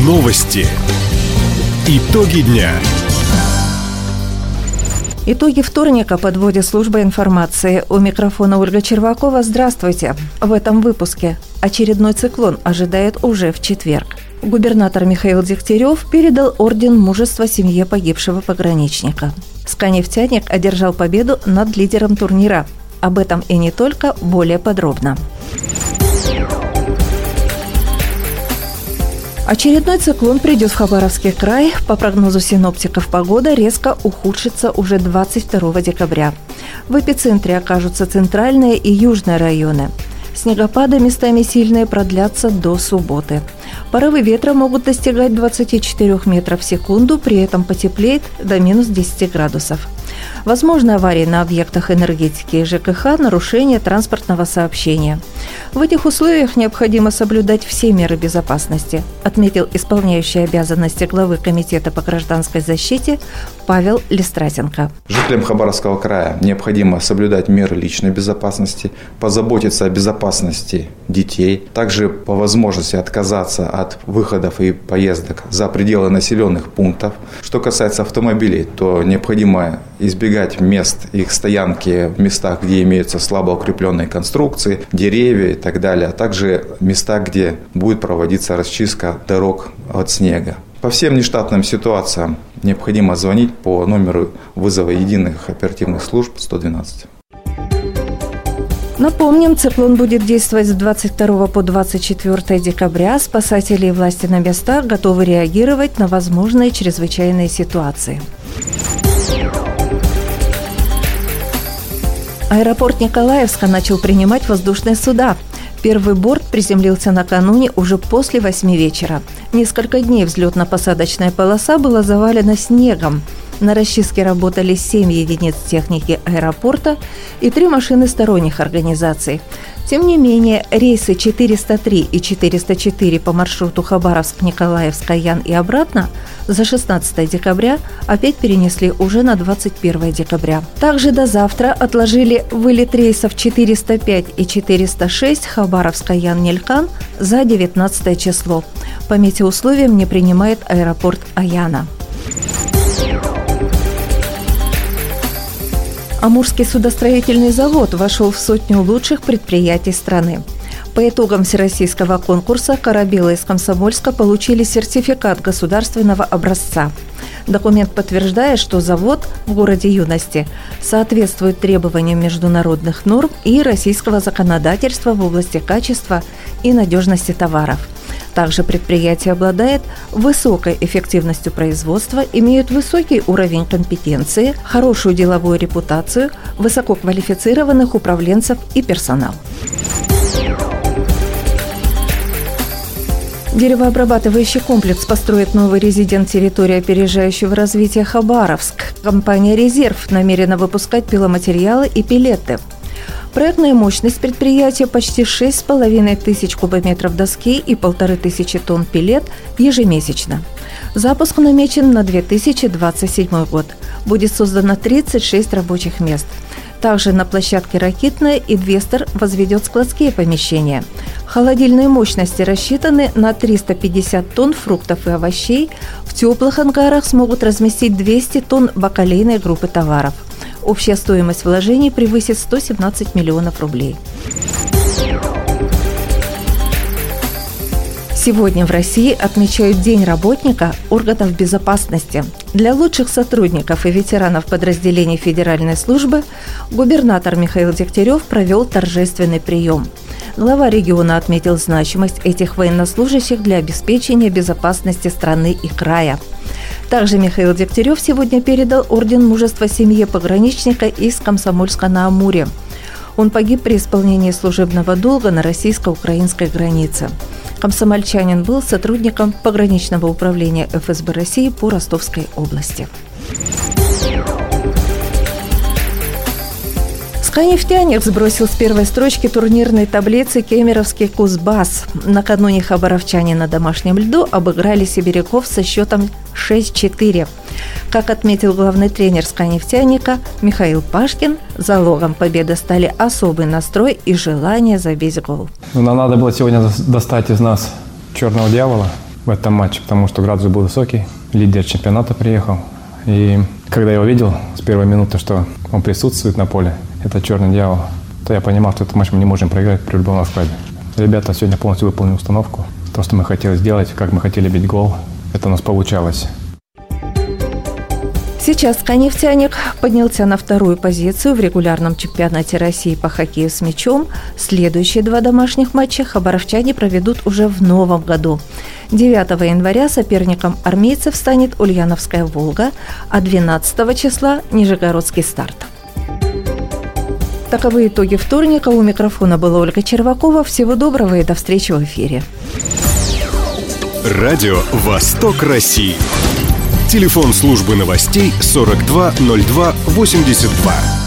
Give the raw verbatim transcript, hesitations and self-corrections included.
Новости. Итоги дня. Итоги вторника подводит служба информации. У микрофона Ольга Червакова. Здравствуйте. В этом выпуске очередной циклон ожидает уже в четверг. Губернатор Михаил Дегтярев передал орден мужества семье погибшего пограничника. Сканефтяник одержал победу над лидером турнира. Об этом и не только, более подробно. Очередной циклон придет в Хабаровский край. По прогнозу синоптиков, погода резко ухудшится уже двадцать второго декабря. В эпицентре окажутся центральные и южные районы. Снегопады местами сильные продлятся до субботы. Порывы ветра могут достигать двадцати четырёх метров в секунду, при этом потеплеет до минус десяти градусов. Возможны аварии на объектах энергетики и ЖКХ, нарушение транспортного сообщения. В этих условиях необходимо соблюдать все меры безопасности, отметил исполняющий обязанности главы Комитета по гражданской защите Павел Листратенко. Жителям Хабаровского края необходимо соблюдать меры личной безопасности, позаботиться о безопасности детей, также по возможности отказаться от выходов и поездок за пределы населенных пунктов. Что касается автомобилей, то необходимо избегать мест их стоянки в местах, где имеются слабо укрепленные конструкции, деревья и так далее, а также места, где будет проводиться расчистка дорог от снега. По всем нештатным ситуациям необходимо звонить по номеру вызова единых оперативных служб сто двенадцать. Напомним, циклон будет действовать с двадцать второго по двадцать четвёртое декабря. Спасатели и власти на местах готовы реагировать на возможные чрезвычайные ситуации. Аэропорт Николаевска начал принимать воздушные суда. Первый борт приземлился накануне уже после восьми вечера. Несколько дней взлетно-посадочная полоса была завалена снегом. На расчистке работали семь единиц техники аэропорта и три машины сторонних организаций. Тем не менее, рейсы четыреста три и четыреста четыре по маршруту Хабаровск-Николаевск, Каян и обратно за шестнадцатое декабря опять перенесли уже на двадцать первое декабря. Также до завтра отложили вылет рейсов четыреста пять и четыреста шесть Хабаровск-Каян-Нелькан за девятнадцатое число. По метеоусловиям не принимает аэропорт Аяна. Амурский судостроительный завод вошел в сотню лучших предприятий страны. По итогам всероссийского конкурса корабелы из Комсомольска получили сертификат государственного образца. Документ подтверждает, что завод в городе Юности соответствует требованиям международных норм и российского законодательства в области качества и надежности товаров. Также предприятие обладает высокой эффективностью производства, имеет высокий уровень компетенции, хорошую деловую репутацию, высококвалифицированных управленцев и персонал. Деревообрабатывающий комплекс построит новый резидент территории опережающего развития Хабаровск. Компания «Резерв» намерена выпускать пиломатериалы и пеллеты. Проектная мощность предприятия почти шесть с половиной тысяч кубометров доски и полторы тысячи тонн пеллет ежемесячно. Запуск намечен на две тысячи двадцать седьмой год. Будет создано тридцать шесть рабочих мест. Также на площадке «Ракитная» инвестор возведет складские помещения. Холодильные мощности рассчитаны на триста пятьдесят тонн фруктов и овощей. В теплых ангарах смогут разместить двести тонн бакалейной группы товаров. Общая стоимость вложений превысит сто семнадцать миллионов рублей. Сегодня в России отмечают День работника органов безопасности. Для лучших сотрудников и ветеранов подразделений федеральной службы губернатор Михаил Дегтярев провел торжественный прием. Глава региона отметил значимость этих военнослужащих для обеспечения безопасности страны и края. Также Михаил Дегтярев сегодня передал орден мужества семье пограничника из Комсомольска-на-Амуре. Он погиб при исполнении служебного долга на российско-украинской границе. Комсомольчанин был сотрудником пограничного управления эф эс бэ России по Ростовской области. Сканефтяник сбросил с первой строчки турнирной таблицы кемеровский Кузбасс. Накануне хабаровчане на домашнем льду обыграли сибиряков со счетом шесть четыре. Как отметил главный тренер Сканефтяника Михаил Пашкин, залогом победы стали особый настрой и желание забить гол. Нам надо было сегодня достать из нас черного дьявола. в этом матче, потому что градус был высокий, лидер чемпионата приехал. И когда я увидел с первой минуты, что он присутствует на поле, это «Черный дьявол», то я понимал, что этот матч мы не можем проиграть при любом раскладе. Ребята сегодня полностью выполнили установку. То, что мы хотели сделать, как мы хотели бить гол, это у нас получалось. Сейчас «Нефтяник» поднялся на вторую позицию в регулярном чемпионате России по хоккею с мячом. Следующие два домашних матча хабаровчане проведут уже в новом году. девятого января соперником армейцев станет Ульяновская «Волга», а двенадцатого числа – Нижегородский «Старт». Таковы итоги вторника. У микрофона была Ольга Червакова. Всего доброго и до встречи в эфире. Радио «Восток России». Телефон службы новостей сорок два ноль два восемьдесят два.